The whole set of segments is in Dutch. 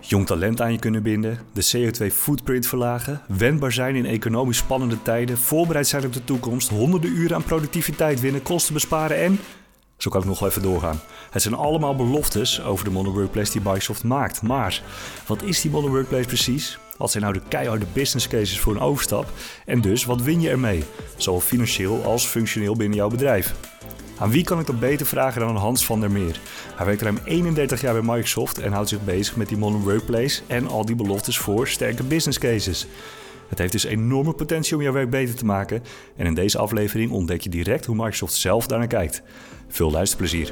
Jong talent aan je kunnen binden, de CO2-footprint verlagen, wendbaar zijn in economisch spannende tijden, voorbereid zijn op de toekomst, honderden uren aan productiviteit winnen, kosten besparen en... Zo kan ik nog wel even doorgaan. Het zijn allemaal beloftes over de Modern Workplace die Microsoft maakt. Maar wat is die Modern Workplace precies? Wat zijn nou de keiharde business cases voor een overstap? En dus, wat win je ermee? Zowel financieel als functioneel binnen jouw bedrijf. Aan wie kan ik dat beter vragen dan aan Hans van der Meer? Hij werkt ruim 31 jaar bij Microsoft en houdt zich bezig met die Modern Workplace en al die beloftes voor sterke business cases. Het heeft dus enorme potentie om jouw werk beter te maken. En in deze aflevering ontdek je direct hoe Microsoft zelf daarnaar kijkt. Veel luisterplezier.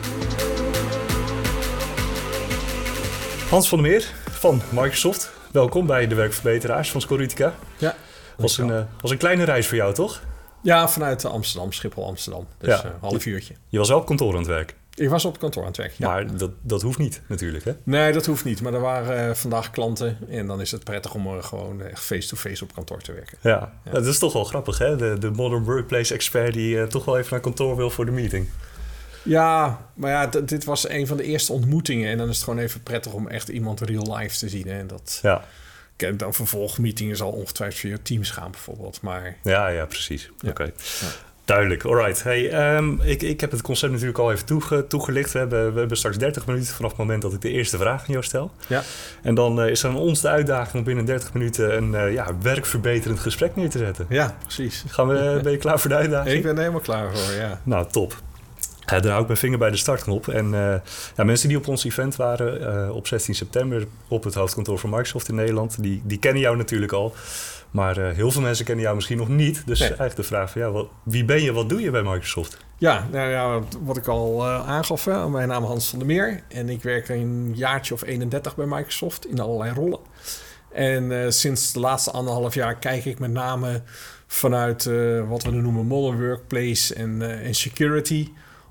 Hans van der Meer van Microsoft. Welkom bij de werkverbeteraars van Scoritica. Ja. Was een kleine reis voor jou, toch? Ja, vanuit Amsterdam, Schiphol, Amsterdam. Dus een half uurtje. Je was wel op kantoor aan het werk. Ik was op kantoor aan het werk, ja. Maar dat hoeft niet natuurlijk, hè? Nee, dat hoeft niet. Maar er waren vandaag klanten. En dan is het prettig om gewoon echt face-to-face op kantoor te werken. Ja. Dat is toch wel grappig, hè? De Modern Workplace expert die toch wel even naar kantoor wil voor de meeting. Ja, maar ja, dit was een van de eerste ontmoetingen. En dan is het gewoon even prettig om echt iemand real life te zien. Hè? En dat... Ja. Dan vervolgmeetingen zal ongetwijfeld via Teams gaan bijvoorbeeld. Maar... Ja, precies. Ja. Oké. Ja. Duidelijk, alright. Hey, ik heb het concept natuurlijk al even toegelicht. We hebben straks 30 minuten vanaf het moment dat ik de eerste vraag aan jou stel. Ja. En dan is er aan ons de uitdaging om binnen 30 minuten een werkverbeterend gesprek neer te zetten. Ja, precies. Ben je klaar voor de uitdaging? Ik ben er helemaal klaar voor, ja. Nou, top. Daar hou ik mijn vinger bij de startknop. En mensen die op ons event waren op 16 september op het hoofdkantoor van Microsoft in Nederland, die kennen jou natuurlijk al. Maar heel veel mensen kennen jou misschien nog niet. Dus eigenlijk de vraag van wie ben je, wat doe je bij Microsoft? Ja, nou ja, wat ik al aangaf, mijn naam is Hans van der Meer. En ik werk een jaartje of 31 bij Microsoft in allerlei rollen. En sinds de laatste 1,5 jaar kijk ik met name vanuit wat we noemen Modern Workplace en security.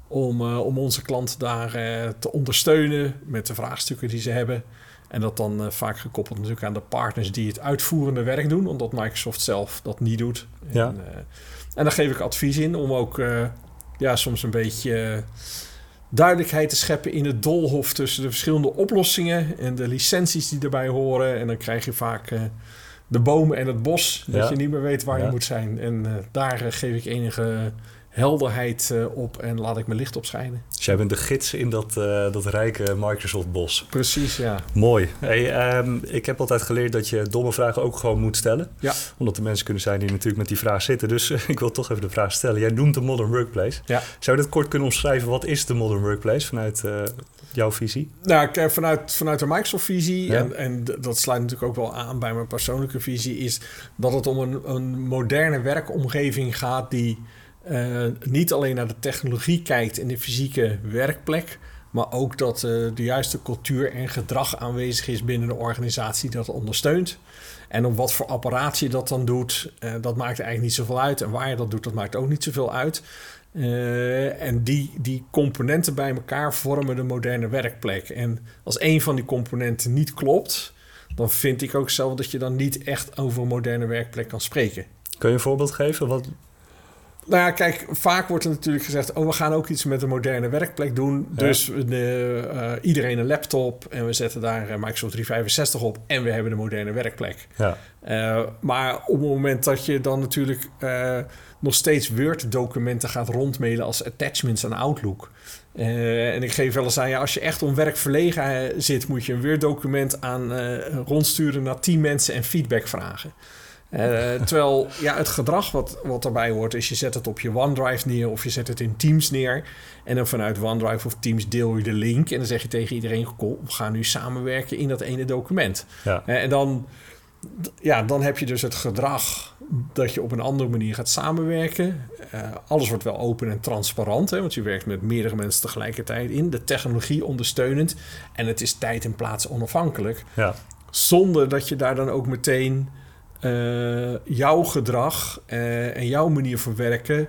Om onze klanten daar te ondersteunen met de vraagstukken die ze hebben. En dat dan vaak gekoppeld natuurlijk aan de partners die het uitvoerende werk doen. Omdat Microsoft zelf dat niet doet. Ja. En daar geef ik advies in om ook soms een beetje duidelijkheid te scheppen in het doolhof tussen de verschillende oplossingen en de licenties die erbij horen. En dan krijg je vaak de bomen en het bos. Dat je niet meer weet waar je moet zijn. En daar geef ik enige helderheid op en laat ik mijn licht op schijnen. Dus jij bent de gids in dat rijke Microsoft-bos. Precies, ja. Mooi. Hey, ik heb altijd geleerd dat je domme vragen ook gewoon moet stellen. Ja. Omdat er mensen kunnen zijn die natuurlijk met die vraag zitten. Dus ik wil toch even de vraag stellen. Jij noemt de Modern Workplace. Ja. Zou je dat kort kunnen omschrijven? Wat is de Modern Workplace vanuit jouw visie? Nou, vanuit de Microsoft-visie, ja. en dat sluit natuurlijk ook wel aan bij mijn persoonlijke visie, is dat het om een moderne werkomgeving gaat die niet alleen naar de technologie kijkt in de fysieke werkplek, maar ook dat de juiste cultuur en gedrag aanwezig is binnen de organisatie dat ondersteunt. En op wat voor apparaat je dat dan doet, dat maakt eigenlijk niet zoveel uit. En waar je dat doet, dat maakt ook niet zoveel uit. En die componenten bij elkaar vormen de moderne werkplek. En als een van die componenten niet klopt, dan vind ik ook zelf dat je dan niet echt over een moderne werkplek kan spreken. Kun je een voorbeeld geven? Nou ja, kijk, vaak wordt er natuurlijk gezegd, we gaan ook iets met een moderne werkplek doen. Ja. Dus iedereen een laptop en we zetten daar Microsoft 365 op en we hebben de moderne werkplek. Ja. Maar op het moment dat je dan natuurlijk nog steeds Word-documenten gaat rondmailen als attachments aan Outlook. En ik geef wel eens aan, als je echt om werk verlegen zit, moet je een Word-document rondsturen naar 10 mensen en feedback vragen. Terwijl het gedrag wat erbij hoort is, je zet het op je OneDrive neer of je zet het in Teams neer. En dan vanuit OneDrive of Teams deel je de link en dan zeg je tegen iedereen, we gaan nu samenwerken in dat ene document. Ja. En dan heb je dus het gedrag dat je op een andere manier gaat samenwerken. Alles wordt wel open en transparant, want je werkt met meerdere mensen tegelijkertijd in. De technologie ondersteunend en het is tijd en plaats onafhankelijk. Ja. Zonder dat je daar dan ook meteen jouw gedrag en jouw manier van werken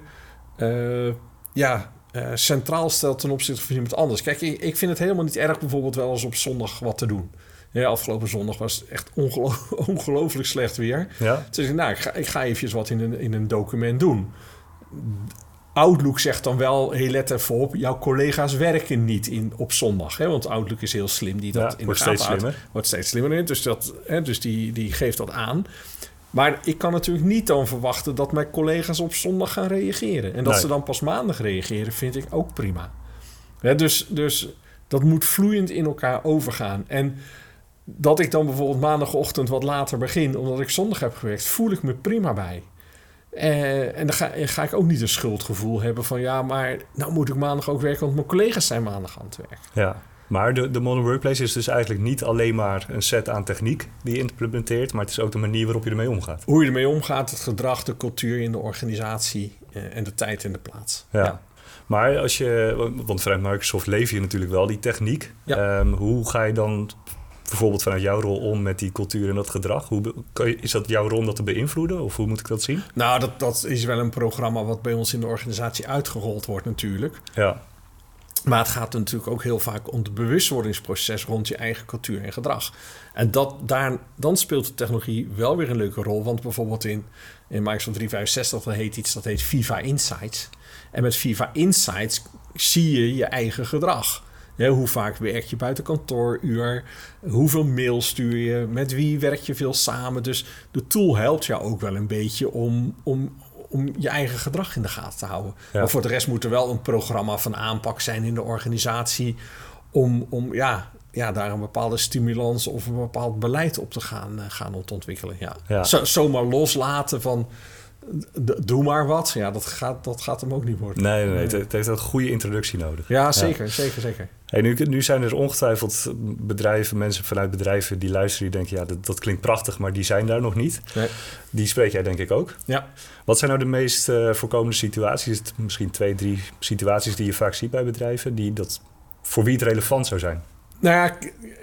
centraal stelt ten opzichte van iemand anders. Kijk, ik vind het helemaal niet erg bijvoorbeeld wel eens op zondag wat te doen. Ja, afgelopen zondag was het echt ongelooflijk slecht weer. Ja. Dus ik ga eventjes wat in een document doen. Outlook zegt dan wel, hey, let even op, jouw collega's werken niet op zondag. Hè? Want Outlook is heel slim. Die dat in wordt steeds slimmer. Wordt steeds slimmer. Dus die geeft dat aan. Maar ik kan natuurlijk niet dan verwachten dat mijn collega's op zondag gaan reageren. En dat ze dan pas maandag reageren, vind ik ook prima. Ja, dus dat moet vloeiend in elkaar overgaan. En dat ik dan bijvoorbeeld maandagochtend wat later begin, omdat ik zondag heb gewerkt, voel ik me prima bij. En dan ga ik ook niet een schuldgevoel hebben van ja, maar nou moet ik maandag ook werken, want mijn collega's zijn maandag aan het werk. Ja, maar de Modern Workplace is dus eigenlijk niet alleen maar een set aan techniek die je implementeert, maar het is ook de manier waarop je ermee omgaat. Hoe je ermee omgaat, het gedrag, de cultuur in de organisatie en de tijd en de plaats. Ja. Maar want vanuit Microsoft leef je natuurlijk wel die techniek. Ja. Hoe ga je dan bijvoorbeeld vanuit jouw rol om met die cultuur en dat gedrag? Is dat jouw rol om dat te beïnvloeden? Of hoe moet ik dat zien? Nou, dat is wel een programma wat bij ons in de organisatie uitgerold wordt natuurlijk. Ja. Maar het gaat natuurlijk ook heel vaak om het bewustwordingsproces rond je eigen cultuur en gedrag. En dan speelt de technologie wel weer een leuke rol. Want bijvoorbeeld in Microsoft 365 dat heet Viva Insights. En met Viva Insights zie je eigen gedrag. Ja, hoe vaak werk je buiten kantooruur? Hoeveel mails stuur je? Met wie werk je veel samen? Dus de tool helpt jou ook wel een beetje om je eigen gedrag in de gaten te houden. Ja. Maar voor de rest moet er wel een programma van aanpak zijn in de organisatie om daar een bepaalde stimulans of een bepaald beleid op te gaan ontwikkelen. Ja. Zomaar loslaten van doe maar wat. Ja, dat gaat hem ook niet worden. Nee. Het heeft een goede introductie nodig. Ja, zeker. Hey, nu zijn er ongetwijfeld mensen vanuit bedrijven die luisteren, die denken, ja, dat klinkt prachtig, maar die zijn daar nog niet. Nee. Die spreek jij denk ik ook. Ja. Wat zijn nou de meest voorkomende situaties? Misschien 2-3 situaties die je vaak ziet bij bedrijven, voor wie het relevant zou zijn? Nou ja,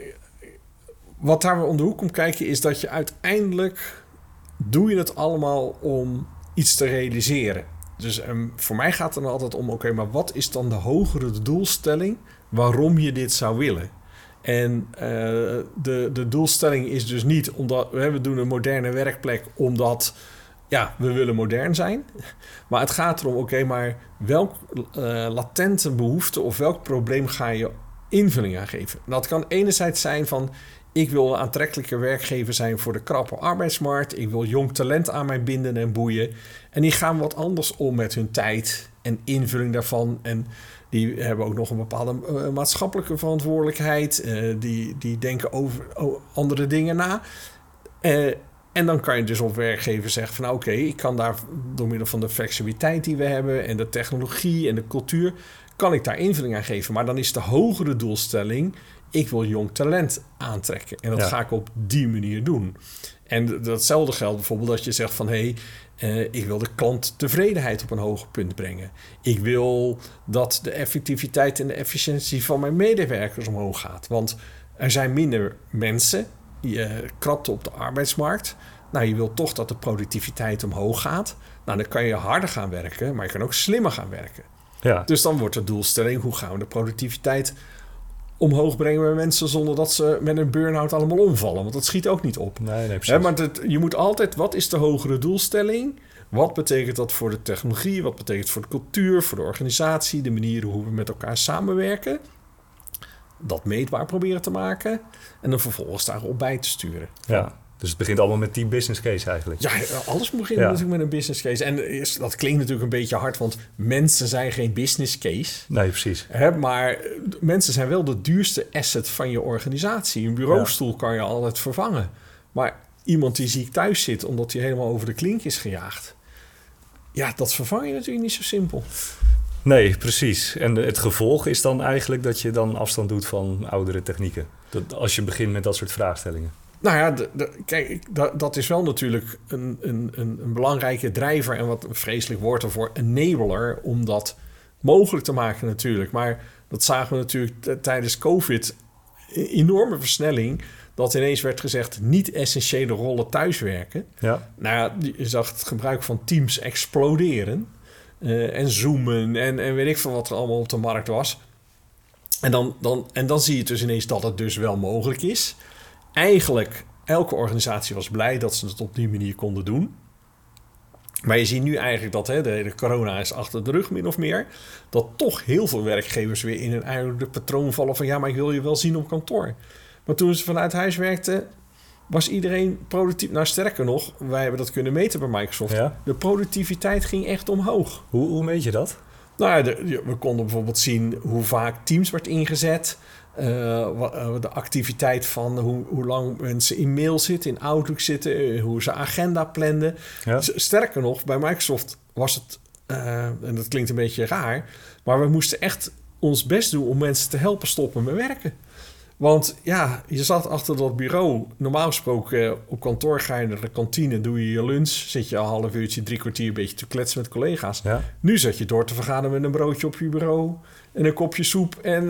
wat daar om de hoek komt kijken is dat je uiteindelijk doe je het allemaal om iets te realiseren. Dus voor mij gaat het dan altijd om, oké, maar wat is dan de hogere doelstelling waarom je dit zou willen? En de doelstelling is dus niet omdat we doen een moderne werkplek omdat we willen modern zijn. Maar het gaat erom, oké, maar welk latente behoefte of welk probleem ga je invulling aan geven? Dat kan enerzijds zijn van ik wil een aantrekkelijke werkgever zijn voor de krappe arbeidsmarkt. Ik wil jong talent aan mij binden en boeien. En die gaan wat anders om met hun tijd en invulling daarvan. En die hebben ook nog een bepaalde maatschappelijke verantwoordelijkheid. Die denken over andere dingen na. En dan kan je dus op werkgever zeggen van oké, ik kan daar door middel van de flexibiliteit die we hebben en de technologie en de cultuur, kan ik daar invulling aan geven. Maar dan is de hogere doelstelling, ik wil jong talent aantrekken. En dat ga ik op die manier doen. En datzelfde geldt bijvoorbeeld dat je zegt van ik wil de klanttevredenheid op een hoger punt brengen. Ik wil dat de effectiviteit en de efficiëntie van mijn medewerkers omhoog gaat. Want er zijn minder mensen, je krapt op de arbeidsmarkt. Nou, je wil toch dat de productiviteit omhoog gaat. Nou, dan kan je harder gaan werken, maar je kan ook slimmer gaan werken. Ja. Dus dan wordt de doelstelling, hoe gaan we de productiviteit omhoog brengen bij mensen zonder dat ze met een burn-out allemaal omvallen. Want dat schiet ook niet op. Nee, precies. Maar je moet altijd, wat is de hogere doelstelling? Wat betekent dat voor de technologie? Wat betekent het voor de cultuur, voor de organisatie? De manieren hoe we met elkaar samenwerken? Dat meetbaar proberen te maken. En dan vervolgens daarop bij te sturen. Ja. Dus het begint allemaal met die business case eigenlijk. Ja, alles begint natuurlijk met een business case. En dat klinkt natuurlijk een beetje hard, want mensen zijn geen business case. Nee, precies. Maar mensen zijn wel de duurste asset van je organisatie. Een bureaustoel kan je altijd vervangen. Maar iemand die ziek thuis zit omdat hij helemaal over de klink is gejaagd, dat vervang je natuurlijk niet zo simpel. Nee, precies. En het gevolg is dan eigenlijk dat je dan afstand doet van oudere technieken. Als je begint met dat soort vraagstellingen. Nou ja, kijk, dat is wel natuurlijk een belangrijke drijver en wat een vreselijk woord ervoor, enabler, om dat mogelijk te maken natuurlijk. Maar dat zagen we natuurlijk tijdens COVID, een enorme versnelling, dat ineens werd gezegd niet-essentiële rollen thuiswerken. Ja. Nou ja, je zag het gebruik van Teams exploderen en Zoomen en weet ik veel wat er allemaal op de markt was. En dan zie je dus ineens dat het dus wel mogelijk is. Eigenlijk, elke organisatie was blij dat ze het op die manier konden doen. Maar je ziet nu eigenlijk dat de corona is achter de rug, min of meer. Dat toch heel veel werkgevers weer in hun eigen patroon vallen van... ja, maar ik wil je wel zien op kantoor. Maar toen ze vanuit huis werkten, was iedereen productief. Nou, sterker nog, wij hebben dat kunnen meten bij Microsoft. Ja? De productiviteit ging echt omhoog. Hoe meet je dat? Nou, we konden bijvoorbeeld zien hoe vaak Teams werd ingezet... de activiteit van hoe lang mensen in mail zitten, in Outlook zitten, hoe ze agenda planden. Ja. Sterker nog, bij Microsoft was het, en dat klinkt een beetje raar, maar we moesten echt ons best doen om mensen te helpen stoppen met werken. Want ja, je zat achter dat bureau. Normaal gesproken op kantoor ga je naar de kantine, doe je lunch, zit je een half uurtje, 3 kwartier een beetje te kletsen met collega's. Ja. Nu zat je door te vergaderen met een broodje op je bureau en een kopje soep en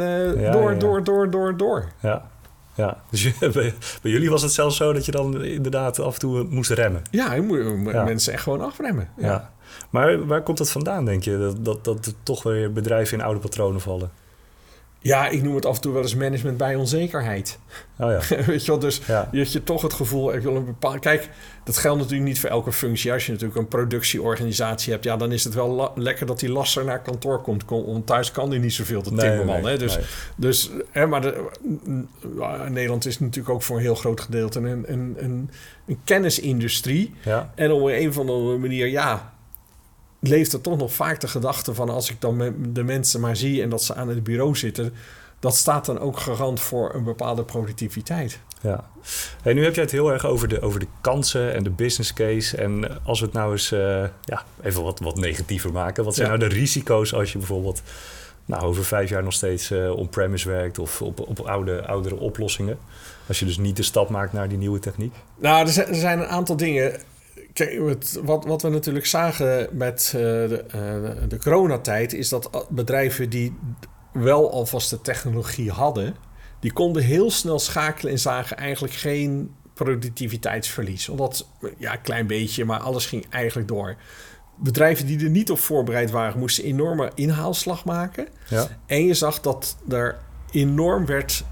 door. Ja, dus bij jullie was het zelfs zo dat je dan inderdaad af en toe moest remmen. Ja, je moet mensen echt gewoon afremmen. Ja. Maar waar komt dat vandaan, denk je? Dat er toch weer bedrijven in oude patronen vallen? Ja, ik noem het af en toe wel eens management bij onzekerheid. Oh ja. Weet je wel, dus je hebt je toch het gevoel... Ik wil een bepaalde... Kijk, dat geldt natuurlijk niet voor elke functie. Als je natuurlijk een productieorganisatie hebt... ja, dan is het wel lekker dat die lasser naar kantoor komt. Want thuis kan die niet zoveel, de timmerman. Nee. Dus maar Nederland is natuurlijk ook voor een heel groot gedeelte... een kennisindustrie. Ja. En op een of andere manier, leeft er toch nog vaak de gedachte van... als ik dan de mensen maar zie en dat ze aan het bureau zitten... dat staat dan ook garant voor een bepaalde productiviteit. Ja. Hey, nu heb je het heel erg over de kansen en de business case. En als we het nou eens even wat negatiever maken... wat zijn nou de risico's als je bijvoorbeeld... over 5 jaar nog steeds on-premise werkt... of op oudere oplossingen? Als je dus niet de stap maakt naar die nieuwe techniek? Nou, er zijn een aantal dingen... Kijk, wat we natuurlijk zagen met de coronatijd... is dat bedrijven die wel alvast de technologie hadden... die konden heel snel schakelen en zagen eigenlijk geen productiviteitsverlies. Omdat, een klein beetje, maar alles ging eigenlijk door. Bedrijven die er niet op voorbereid waren... moesten enorme inhaalslag maken. Ja. En je zag dat er enorm werd...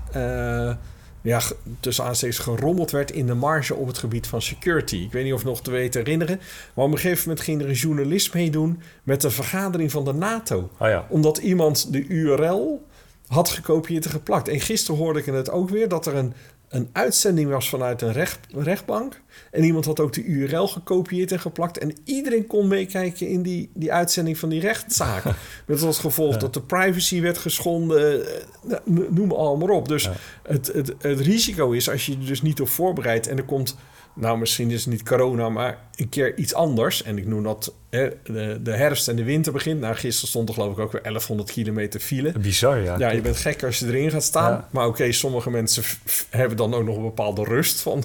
tussen aanstekens gerommeld werd in de marge op het gebied van security. Ik weet niet of nog te weten herinneren, maar op een gegeven moment ging er een journalist meedoen met een vergadering van de NATO. Oh ja. Omdat iemand de URL had gekopieerd en geplakt. En gisteren hoorde ik het ook weer dat er een uitzending was vanuit een rechtbank. En iemand had ook de URL gekopieerd en geplakt. En iedereen kon meekijken in die uitzending van die rechtszaak. Met als gevolg dat de privacy werd geschonden. Noem allemaal op. Dus het risico is als je je dus niet op voorbereidt... en er komt, misschien is het niet corona... maar een keer iets anders. En ik noem dat de herfst en de winter begint. Gisteren stond er geloof ik ook weer 1100 kilometer file. Bizar, ja. Ja, je bent gek als je erin gaat staan. Ja. Maar sommige mensen hebben dan ook nog een bepaalde rust van...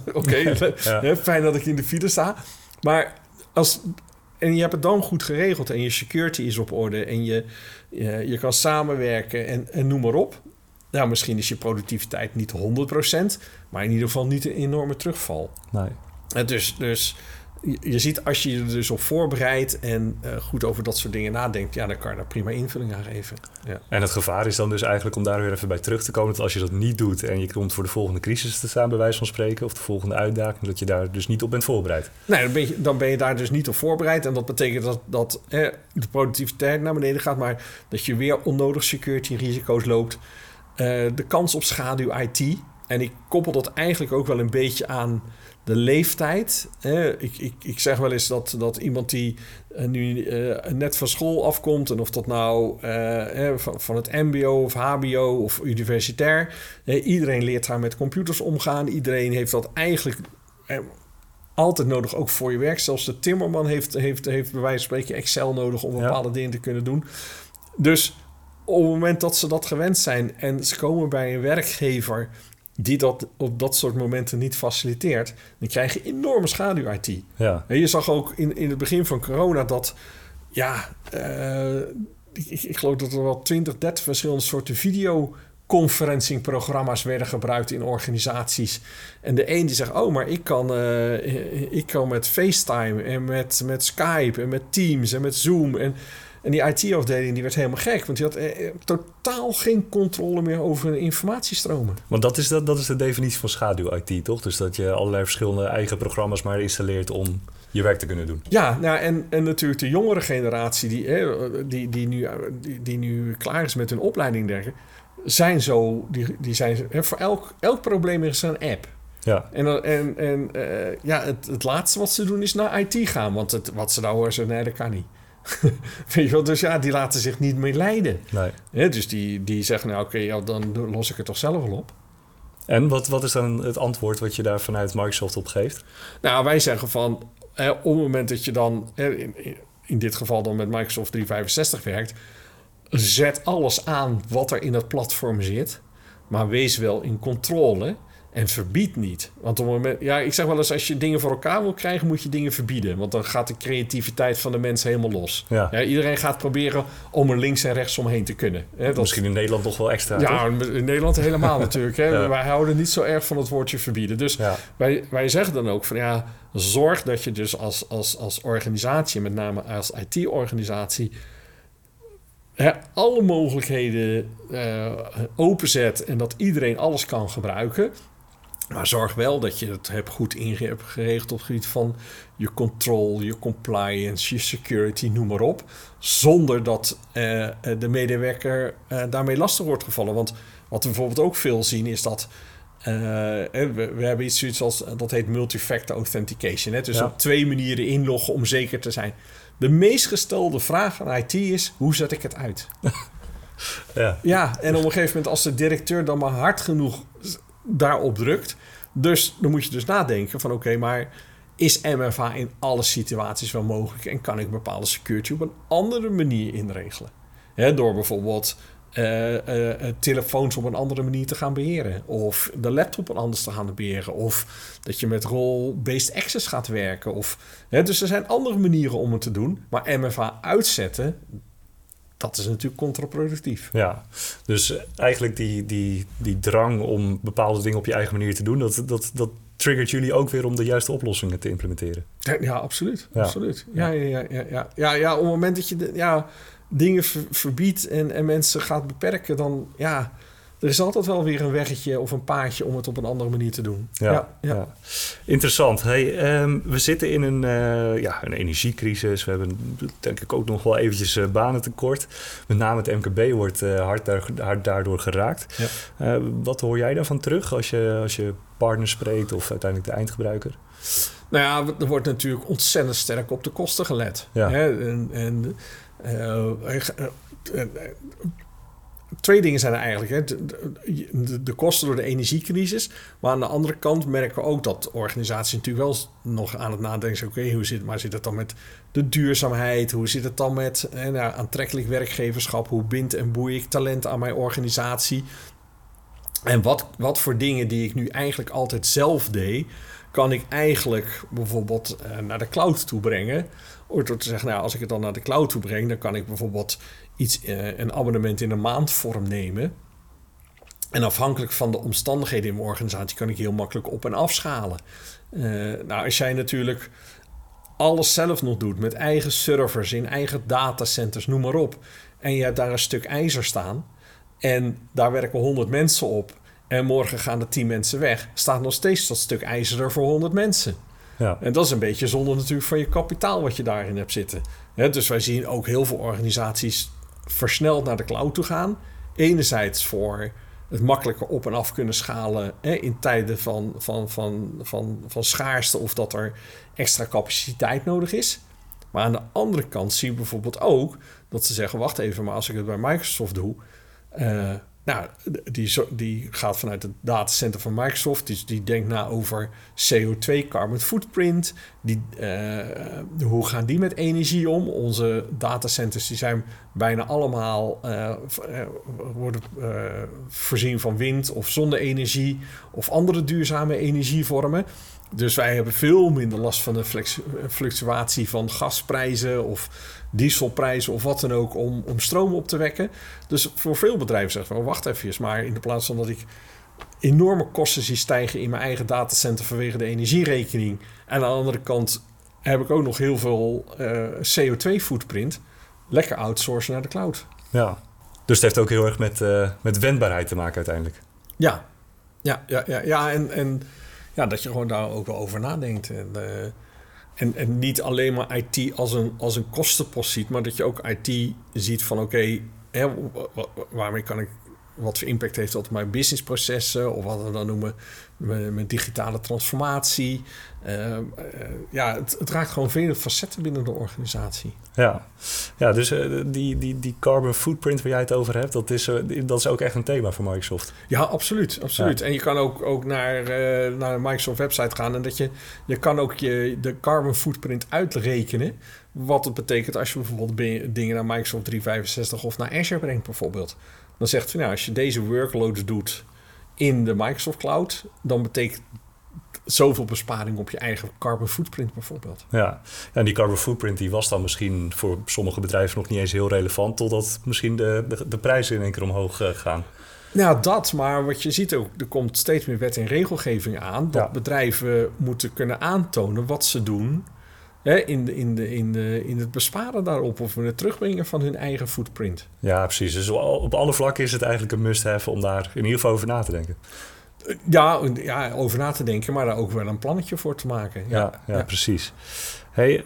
fijn dat ik in de file sta. Maar en je hebt het dan goed geregeld... en je security is op orde... en je kan samenwerken en noem maar op... Nou, misschien is je productiviteit niet 100%... maar in ieder geval niet een enorme terugval. Nee. Dus je ziet, als je je er dus op voorbereidt... en goed over dat soort dingen nadenkt... dan kan je daar prima invulling aan geven. Ja. En het gevaar is dan dus eigenlijk, om daar weer even bij terug te komen... dat als je dat niet doet en je komt voor de volgende crisis te staan... bij wijze van spreken, of de volgende uitdaging... dat je daar dus niet op bent voorbereid. Nee, dan ben je daar dus niet op voorbereid. En dat betekent dat de productiviteit naar beneden gaat... maar dat je weer onnodig security risico's loopt... de kans op schaduw IT. En ik koppel dat eigenlijk ook wel een beetje aan de leeftijd. Ik zeg wel eens dat iemand die nu net van school afkomt... en of dat nou van het mbo of hbo of universitair... iedereen leert daar met computers omgaan. Iedereen heeft dat eigenlijk... altijd nodig, ook voor je werk. Zelfs de timmerman heeft bij wijze van spreken Excel nodig... om bepaalde dingen te kunnen doen. Dus... op het moment dat ze dat gewend zijn... en ze komen bij een werkgever... die dat op dat soort momenten niet faciliteert... dan krijg je enorme schaduw-IT. Ja. En je zag ook in het begin van corona dat... ik geloof dat er wel 20, 30 verschillende soorten videoconferencingprogramma's werden gebruikt in organisaties. En de een die zegt, maar ik kan met FaceTime en met Skype en met Teams en met Zoom... En die IT-afdeling die werd helemaal gek. Want die had totaal geen controle meer over de informatiestromen. Want dat is de definitie van schaduw-IT, toch? Dus dat je allerlei verschillende eigen programma's maar installeert om je werk te kunnen doen. Ja, nou, en natuurlijk de jongere generatie die nu klaar is met hun opleiding dergelijke, zijn zo, die zijn voor elk probleem is er een app. Ja. Het laatste wat ze doen is naar IT gaan, want wat ze daar horen, nee, dat kan niet. Weet je wel, dus die laten zich niet meer leiden. Nee. Ja, dus die zeggen, nou oké, dan los ik het toch zelf wel op. En wat is dan het antwoord wat je daar vanuit Microsoft op geeft? Nou, wij zeggen van, op het moment dat je dan, in dit geval dan met Microsoft 365 werkt, zet alles aan wat er in het platform zit, maar wees wel in controle en verbied niet. Want op het moment, ik zeg wel eens, als je dingen voor elkaar wil krijgen, moet je dingen verbieden. Want dan gaat de creativiteit van de mensen helemaal los. Ja. Iedereen gaat proberen om er links en rechts omheen te kunnen. Misschien in Nederland nog wel extra. Ja, toch? In Nederland helemaal natuurlijk. Ja. Wij houden niet zo erg van het woordje verbieden. Dus wij zeggen dan ook van zorg dat je dus als organisatie, met name als IT-organisatie, alle mogelijkheden openzet en dat iedereen alles kan gebruiken. Maar zorg wel dat je het goed geregeld op het gebied van je control, je compliance, je security, noem maar op. Zonder dat de medewerker daarmee lastig wordt gevallen. Want wat we bijvoorbeeld ook veel zien is dat we hebben zoiets als, dat heet multi-factor authentication. Dus op 2 manieren inloggen om zeker te zijn. De meest gestelde vraag aan IT is, hoe zet ik het uit? En op een gegeven moment als de directeur dan maar hard genoeg daarop drukt. Dus dan moet je dus nadenken van oké, maar is MFA in alle situaties wel mogelijk en kan ik bepaalde security op een andere manier inregelen? Door bijvoorbeeld telefoons op een andere manier te gaan beheren, of de laptop anders te gaan beheren, of dat je met role-based access gaat werken. Dus er zijn andere manieren om het te doen, maar MFA uitzetten, dat is natuurlijk contraproductief. Ja, dus eigenlijk die drang om bepaalde dingen op je eigen manier te doen, dat triggert jullie ook weer om de juiste oplossingen te implementeren. Ja, absoluut. Absoluut. Ja, op het moment dat je dingen verbiedt en mensen gaat beperken, dan er is altijd wel weer een weggetje of een paadje om het op een andere manier te doen. Ja. Interessant. Hey, we zitten in een energiecrisis. We hebben denk ik ook nog wel eventjes banentekort. Met name het MKB wordt hard daardoor geraakt. Ja. Wat hoor jij daarvan terug als je partners spreekt of uiteindelijk de eindgebruiker? Nou ja, er wordt natuurlijk ontzettend sterk op de kosten gelet. Ja. Twee dingen zijn er eigenlijk. De kosten door de energiecrisis. Maar aan de andere kant merken we ook dat organisaties natuurlijk wel nog aan het nadenken zijn. Oké, hoe zit het dan met de duurzaamheid? Hoe zit het dan met aantrekkelijk werkgeverschap? Hoe bind en boei ik talent aan mijn organisatie? En wat voor dingen die ik nu eigenlijk altijd zelf deed, kan ik eigenlijk bijvoorbeeld naar de cloud toe brengen. Door te zeggen, als ik het dan naar de cloud toe breng, dan kan ik bijvoorbeeld een abonnement in een maandvorm nemen. En afhankelijk van de omstandigheden in mijn organisatie kan ik heel makkelijk op- en afschalen. Als jij natuurlijk alles zelf nog doet met eigen servers, in eigen datacenters, noem maar op. En je hebt daar een stuk ijzer staan en daar werken 100 mensen op. En morgen gaan er 10 mensen weg. Staat nog steeds dat stuk ijzer er voor 100 mensen. Ja. En dat is een beetje zonde natuurlijk van je kapitaal wat je daarin hebt zitten. Dus wij zien ook heel veel organisaties versneld naar de cloud toe gaan. Enerzijds voor het makkelijker op en af kunnen schalen in tijden van schaarste of dat er extra capaciteit nodig is. Maar aan de andere kant zie je bijvoorbeeld ook dat ze zeggen, wacht even, maar als ik het bij Microsoft doe, die gaat vanuit het datacenter van Microsoft. Dus die denkt na over CO2, carbon footprint. Hoe gaan die met energie om? Onze datacenters die zijn bijna allemaal worden voorzien van wind of zonne-energie of andere duurzame energievormen. Dus wij hebben veel minder last van de fluctuatie van gasprijzen of dieselprijzen of wat dan ook om stroom op te wekken. Dus voor veel bedrijven zeggen we, wacht even, maar in de plaats van dat ik enorme kosten zie stijgen in mijn eigen datacenter vanwege de energierekening. En aan de andere kant heb ik ook nog heel veel CO2-footprint. Lekker outsourcen naar de cloud. Ja, dus het heeft ook heel erg met wendbaarheid te maken uiteindelijk. Ja, en dat je gewoon daar ook wel over nadenkt. En niet alleen maar IT als een kostenpost ziet, maar dat je ook IT ziet van waarmee kan ik, wat voor impact heeft dat op mijn businessprocessen, of wat we dan noemen met digitale transformatie. Het raakt gewoon vele facetten binnen de organisatie. Ja, dus die carbon footprint waar jij het over hebt, dat is ook echt een thema voor Microsoft. Ja, absoluut. Ja. En je kan ook naar de Microsoft website gaan en dat je kan ook de carbon footprint uitrekenen. Wat het betekent als je bijvoorbeeld dingen naar Microsoft 365 of naar Azure brengt bijvoorbeeld. Dan zegt hij, als je deze workloads doet in de Microsoft Cloud, dan betekent zoveel besparing op je eigen carbon footprint bijvoorbeeld. Ja, en die carbon footprint die was dan misschien voor sommige bedrijven nog niet eens heel relevant, totdat misschien de prijzen in één keer omhoog gaan. Nou, maar wat je ziet ook, er komt steeds meer wet en regelgeving aan, dat bedrijven moeten kunnen aantonen wat ze doen in het besparen daarop of in het terugbrengen van hun eigen footprint. Ja, precies. Dus op alle vlakken is het eigenlijk een must-have om daar in ieder geval over na te denken. Ja, over na te denken, maar daar ook wel een plannetje voor te maken. Ja, precies. Hey,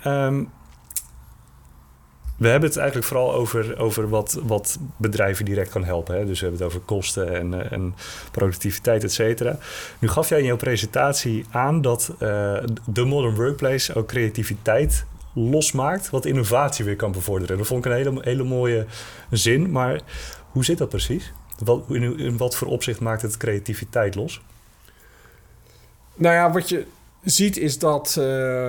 we hebben het eigenlijk vooral over wat bedrijven direct kan helpen. Hè? Dus we hebben het over kosten en productiviteit, et cetera. Nu gaf jij in jouw presentatie aan dat de modern workplace ook creativiteit losmaakt, wat innovatie weer kan bevorderen. Dat vond ik een hele mooie zin, maar hoe zit dat precies? In wat voor opzicht maakt het creativiteit los? Nou ja, wat je ziet is dat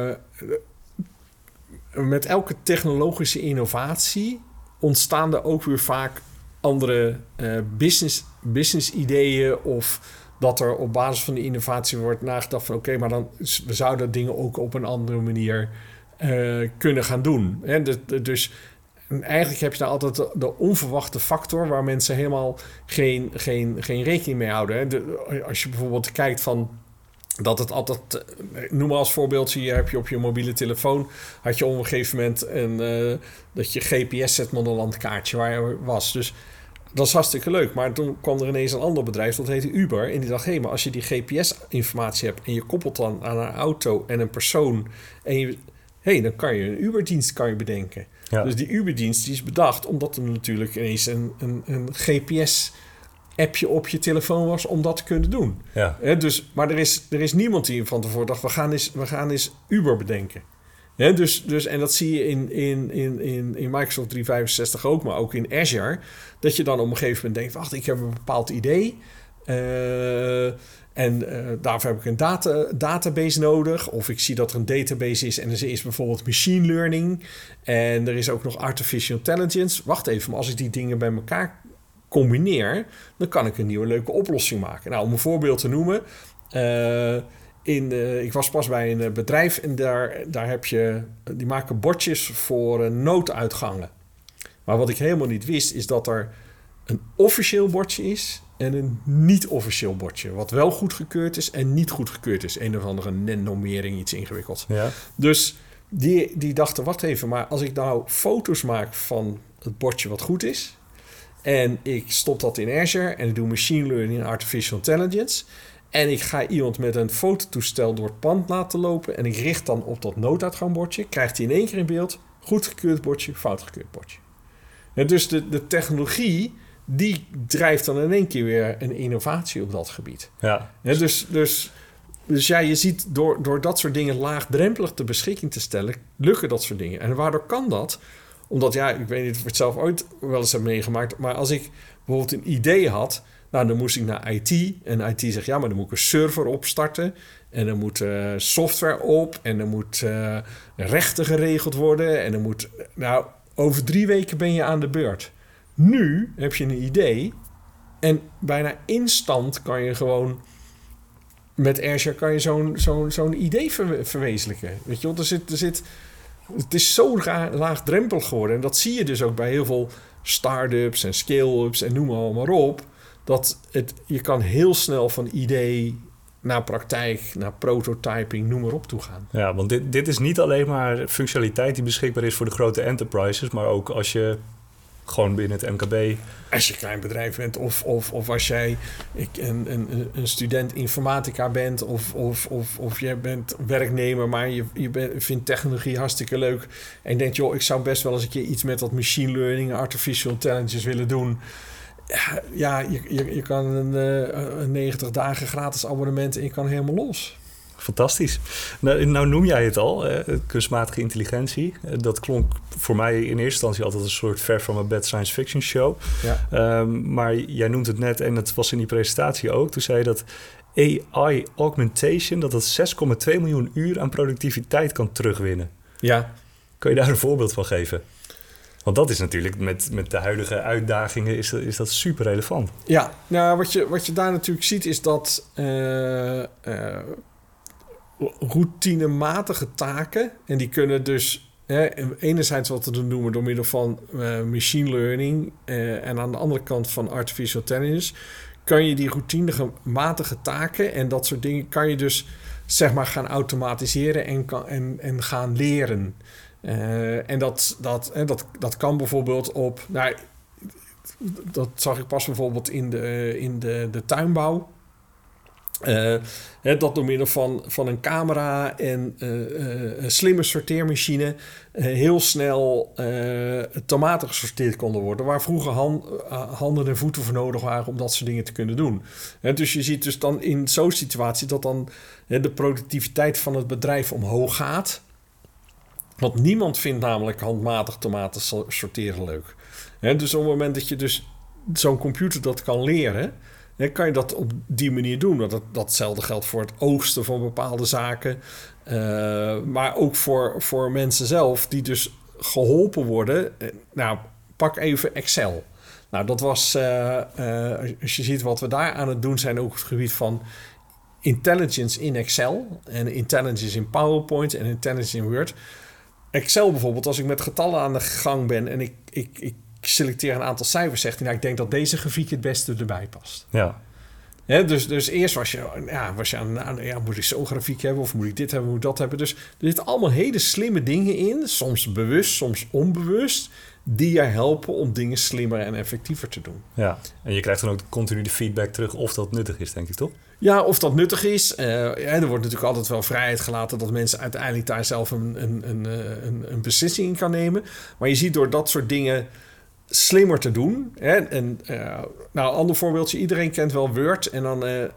met elke technologische innovatie ontstaan er ook weer vaak andere business ideeën, of dat er op basis van die innovatie wordt nagedacht van oké, maar dan we zouden dingen ook op een andere manier kunnen gaan doen. Hè? Dus eigenlijk heb je daar altijd de onverwachte factor waar mensen helemaal geen rekening mee houden. Hè? Als je bijvoorbeeld kijkt van dat het altijd, noem maar als voorbeeldje, heb je op je mobiele telefoon, had je op een gegeven moment dat je GPS zet met een landkaartje waar je was. Dus dat is hartstikke leuk. Maar toen kwam er ineens een ander bedrijf, dat heette Uber. En die dacht, maar als je die GPS-informatie hebt en je koppelt dan aan een auto en een persoon, en dan kan je een Uber-dienst bedenken. Ja. Dus die Uber-dienst die is bedacht omdat er natuurlijk ineens een GPS-appje op je telefoon was om dat te kunnen doen. Ja. Maar er is niemand die van tevoren dacht, we gaan eens Uber bedenken. Dus, en dat zie je in Microsoft 365 ook, maar ook in Azure, dat je dan op een gegeven moment denkt, wacht, ik heb een bepaald idee. Daarvoor heb ik een database nodig. Of ik zie dat er een database is en er is bijvoorbeeld machine learning. En er is ook nog artificial intelligence. Wacht even, maar als ik die dingen bij elkaar combineer, dan kan ik een nieuwe leuke oplossing maken. Nou, om een voorbeeld te noemen. Ik was pas bij een bedrijf en daar heb je, die maken bordjes voor nooduitgangen. Maar wat ik helemaal niet wist, is dat er een officieel bordje is en een niet-officieel bordje. Wat wel goedgekeurd is en niet goedgekeurd is. Een of andere NEN-normering, iets ingewikkeld. Ja. Dus die dachten, wacht even, maar als ik nou foto's maak van het bordje wat goed is, en ik stop dat in Azure en ik doe machine learning en artificial intelligence, en ik ga iemand met een fototoestel door het pand laten lopen en ik richt dan op dat nooduitgangbordje, krijgt hij in één keer in beeld goedgekeurd bordje, foutgekeurd bordje. En dus de technologie die drijft dan in één keer weer een innovatie op dat gebied. Ja. Dus ja, je ziet door dat soort dingen laagdrempelig ter beschikking te stellen, lukken dat soort dingen. En waardoor kan dat? Omdat, ik weet niet of ik het zelf ooit wel eens heb meegemaakt, maar als ik bijvoorbeeld een idee had, dan moest ik naar IT. En IT zegt, maar dan moet ik een server opstarten. En dan moet software op. En dan moet rechten geregeld worden. En dan moet, over 3 weken ben je aan de beurt. Nu heb je een idee. En bijna instant kan je gewoon met Azure kan je zo'n idee verwezenlijken. Weet je, want het is zo laagdrempelig geworden. En dat zie je dus ook bij heel veel start-ups en scale-ups en noem maar op. Dat je kan heel snel van idee naar praktijk, naar prototyping, noem maar op toe gaan. Ja, want dit is niet alleen maar functionaliteit die beschikbaar is voor de grote enterprises, maar ook als je gewoon binnen het MKB. Als je een klein bedrijf bent of als jij een student informatica bent of jij bent werknemer, maar je vindt technologie hartstikke leuk en je denkt, joh, ik zou best wel eens een keer iets met dat machine learning, artificial intelligence willen doen. Ja, je kan een 90 dagen gratis abonnement en je kan helemaal los. Fantastisch. Nou noem jij het al, kunstmatige intelligentie. Dat klonk voor mij in eerste instantie altijd een soort ver from a bed science fiction show. Ja. Maar jij noemt het net, en het was in die presentatie ook. Toen zei je dat AI augmentation, dat 6,2 miljoen uur aan productiviteit kan terugwinnen. Ja. Kun je daar een voorbeeld van geven? Want dat is natuurlijk met de huidige uitdagingen is dat super relevant. Ja, nou wat je daar natuurlijk ziet is dat routinematige taken, en die kunnen dus enerzijds wat we noemen door middel van machine learning en aan de andere kant van artificial intelligence, kan je die routinematige taken en dat soort dingen kan je dus zeg maar gaan automatiseren en gaan leren. En dat kan bijvoorbeeld op, nou, dat zag ik pas bijvoorbeeld in de tuinbouw. Dat door middel van een camera en een slimme sorteermachine heel snel tomaten gesorteerd konden worden. Waar vroeger handen en voeten voor nodig waren om dat soort dingen te kunnen doen. Dus je ziet dus dan in zo'n situatie dat dan de productiviteit van het bedrijf omhoog gaat. Want niemand vindt namelijk handmatig tomaten sorteren leuk. Dus op het moment dat je dus zo'n computer dat kan leren, dan kan je dat op die manier doen. Datzelfde geldt voor het oogsten van bepaalde zaken. Maar ook voor mensen zelf die dus geholpen worden. Nou, pak even Excel. Nou, dat was, als je ziet wat we daar aan het doen zijn, ook het gebied van intelligence in Excel en intelligence in PowerPoint en intelligence in Word. Excel bijvoorbeeld, als ik met getallen aan de gang ben en ik selecteer een aantal cijfers, zegt hij, nou, ik denk dat deze grafiek het beste erbij past. Ja. Dus eerst was je aan, moet ik zo'n grafiek hebben of moet ik dit hebben, moet ik dat hebben. Dus er zitten allemaal hele slimme dingen in, soms bewust, soms onbewust, die je helpen om dingen slimmer en effectiever te doen. Ja, en je krijgt dan ook continu de feedback terug of dat nuttig is, denk ik, toch? Ja, of dat nuttig is. Er wordt natuurlijk altijd wel vrijheid gelaten dat mensen uiteindelijk daar zelf een beslissing in kan nemen. Maar je ziet door dat soort dingen slimmer te doen. Een ander voorbeeldje. Iedereen kent wel Word en dan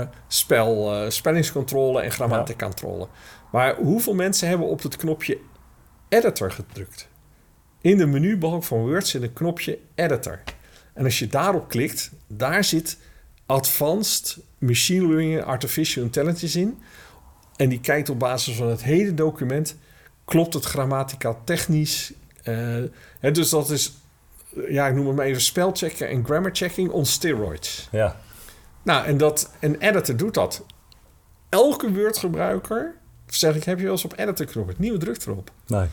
spellingscontrole en grammaticcontrole. Ja. Maar hoeveel mensen hebben op het knopje editor gedrukt? In de menubalk van Word zit een knopje editor. En als je daarop klikt, daar zit advanced machine learning en artificial intelligence in. En die kijkt op basis van het hele document, klopt het grammaticaal technisch? Dus dat is, ik noem het maar even spelchecken en grammar checking on steroids. Ja. Nou, en editor doet dat. Elke Word-gebruiker, zeg ik, heb je wel eens op editor geklopt. Nieuwe druk erop. Nee.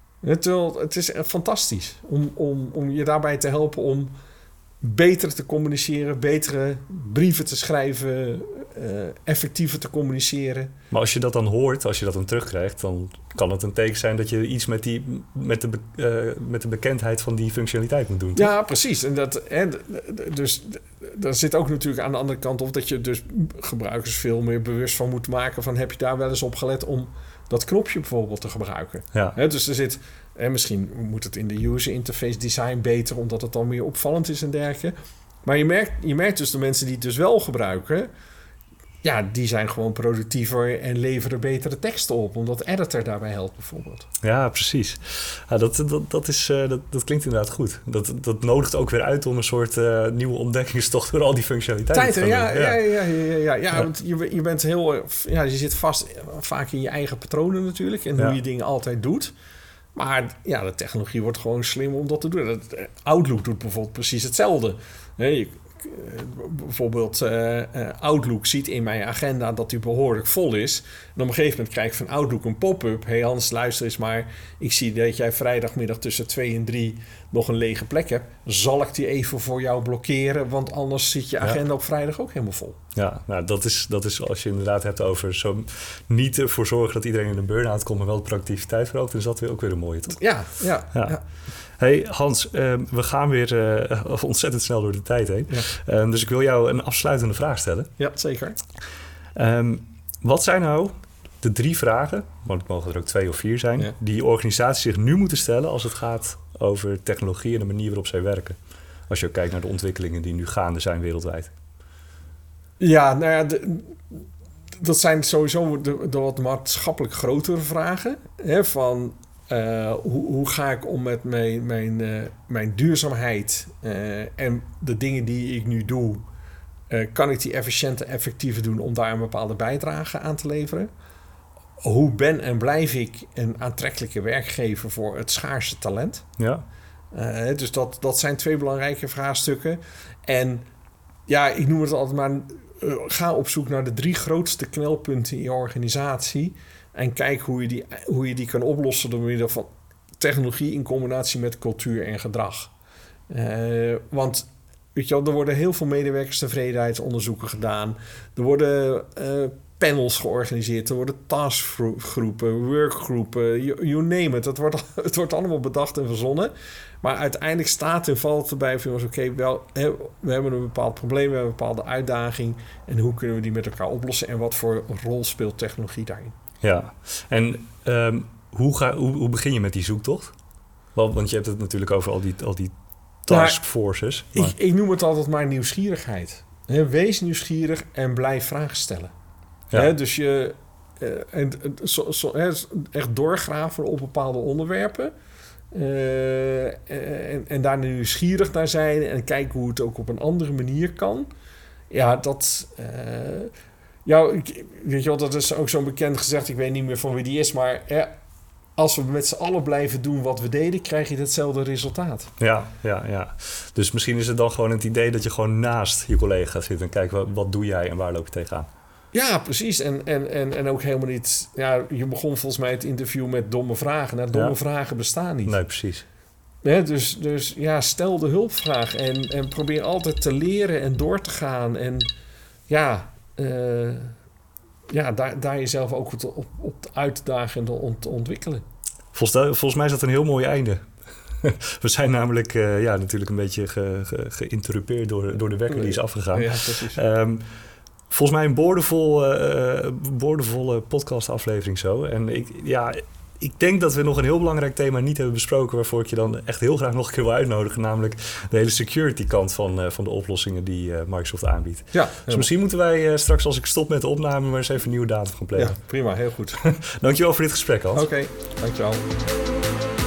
Het is fantastisch om je daarbij te helpen om beter te communiceren, betere brieven te schrijven, effectiever te communiceren. Maar als je dat dan hoort, als je dat dan terugkrijgt, dan kan het een teken zijn dat je iets met de bekendheid van die functionaliteit moet doen. Toch? Ja, precies. Dus daar zit ook natuurlijk aan de andere kant op dat je dus gebruikers veel meer bewust van moet maken van, heb je daar wel eens op gelet om dat knopje bijvoorbeeld te gebruiken. Ja. Dus er zit, misschien moet het in de user interface design beter, omdat het dan meer opvallend is en dergelijke. Maar je merkt dus de mensen die het dus wel gebruiken, ja, die zijn gewoon productiever en leveren betere teksten op, omdat editor daarbij helpt bijvoorbeeld. Ja, precies. Ja, dat klinkt inderdaad goed. Dat nodigt ook weer uit om een soort nieuwe ontdekkingstocht door al die functionaliteiten te doen. Ja, want je bent heel, je zit vast vaak in je eigen patronen natuurlijk en hoe je dingen altijd doet. Maar ja, de technologie wordt gewoon slim om dat te doen. Outlook doet bijvoorbeeld precies hetzelfde. Je bijvoorbeeld Outlook ziet in mijn agenda dat die behoorlijk vol is. En op een gegeven moment krijg ik van Outlook een pop-up. Hey Hans, luister eens maar. Ik zie dat jij vrijdagmiddag tussen 2 en 3 nog een lege plek hebt. Zal ik die even voor jou blokkeren? Want anders zit je agenda op vrijdag ook helemaal vol. Ja, nou dat is als je inderdaad hebt over zo niet ervoor zorgen dat iedereen in een burn-out komt, maar wel de productiviteit verhoogt, dan is dat weer ook weer een mooie, toch? Ja. Hey Hans, we gaan weer ontzettend snel door de tijd heen. Ja. Dus ik wil jou een afsluitende vraag stellen. Ja, zeker. Wat zijn nou de 3 vragen, want het mogen er ook 2 of 4 zijn, die organisaties zich nu moeten stellen als het gaat over technologie en de manier waarop zij werken? Als je ook kijkt naar de ontwikkelingen die nu gaande zijn wereldwijd. Ja, nou ja, dat zijn sowieso de wat maatschappelijk grotere vragen. Hè, van hoe ga ik om met mijn duurzaamheid en de dingen die ik nu doe? Kan ik die efficiënter, effectiever doen om daar een bepaalde bijdrage aan te leveren? Hoe ben en blijf ik een aantrekkelijke werkgever voor het schaarse talent? Ja. Dus dat zijn 2 belangrijke vraagstukken. En ja, ik noem het altijd maar, ga op zoek naar de 3 grootste knelpunten in je organisatie en kijk hoe je die kan oplossen door middel van technologie in combinatie met cultuur en gedrag. Want weet je wel, er worden heel veel medewerkerstevredenheidsonderzoeken gedaan. Er worden panels georganiseerd. Er worden taskgroepen, workgroepen, you name it. Het wordt allemaal bedacht en verzonnen. Maar uiteindelijk staat en valt erbij van oké, we hebben een bepaald probleem, we hebben een bepaalde uitdaging. En hoe kunnen we die met elkaar oplossen? En wat voor rol speelt technologie daarin? Ja, en hoe begin je met die zoektocht? Want je hebt het natuurlijk over al die taskforces. Maar ik noem het altijd maar nieuwsgierigheid. Wees nieuwsgierig en blijf vragen stellen. Ja. Dus je echt doorgraven op bepaalde onderwerpen. En daar nieuwsgierig naar zijn en kijken hoe het ook op een andere manier kan. Ja, weet je wel, dat is ook zo'n bekend gezegd. Ik weet niet meer van wie die is, maar als we met z'n allen blijven doen wat we deden, krijg je hetzelfde resultaat. Ja. Dus misschien is het dan gewoon het idee dat je gewoon naast je collega zit en kijkt wat doe jij en waar loop je tegenaan? Ja, precies. En ook helemaal niet. Ja, je begon volgens mij het interview met domme vragen. Nou, domme vragen bestaan niet. Nee, precies. Dus ja, stel de hulpvraag en probeer altijd te leren en door te gaan. En daar jezelf ook op uit te dagen en te ontwikkelen. Volgens mij is dat een heel mooi einde. We zijn namelijk natuurlijk een beetje geïnterrupeerd door de wekker die is afgegaan. Ja, precies. Volgens mij een boordevolle podcastaflevering zo. En ik denk dat we nog een heel belangrijk thema niet hebben besproken, waarvoor ik je dan echt heel graag nog een keer wil uitnodigen, namelijk de hele security kant van de oplossingen die Microsoft aanbiedt. Ja, dus misschien moeten wij straks, als ik stop met de opname, maar eens even een nieuwe datum gaan plannen. Ja, prima, heel goed. Dankjewel voor dit gesprek, Hans. Oké, dankjewel.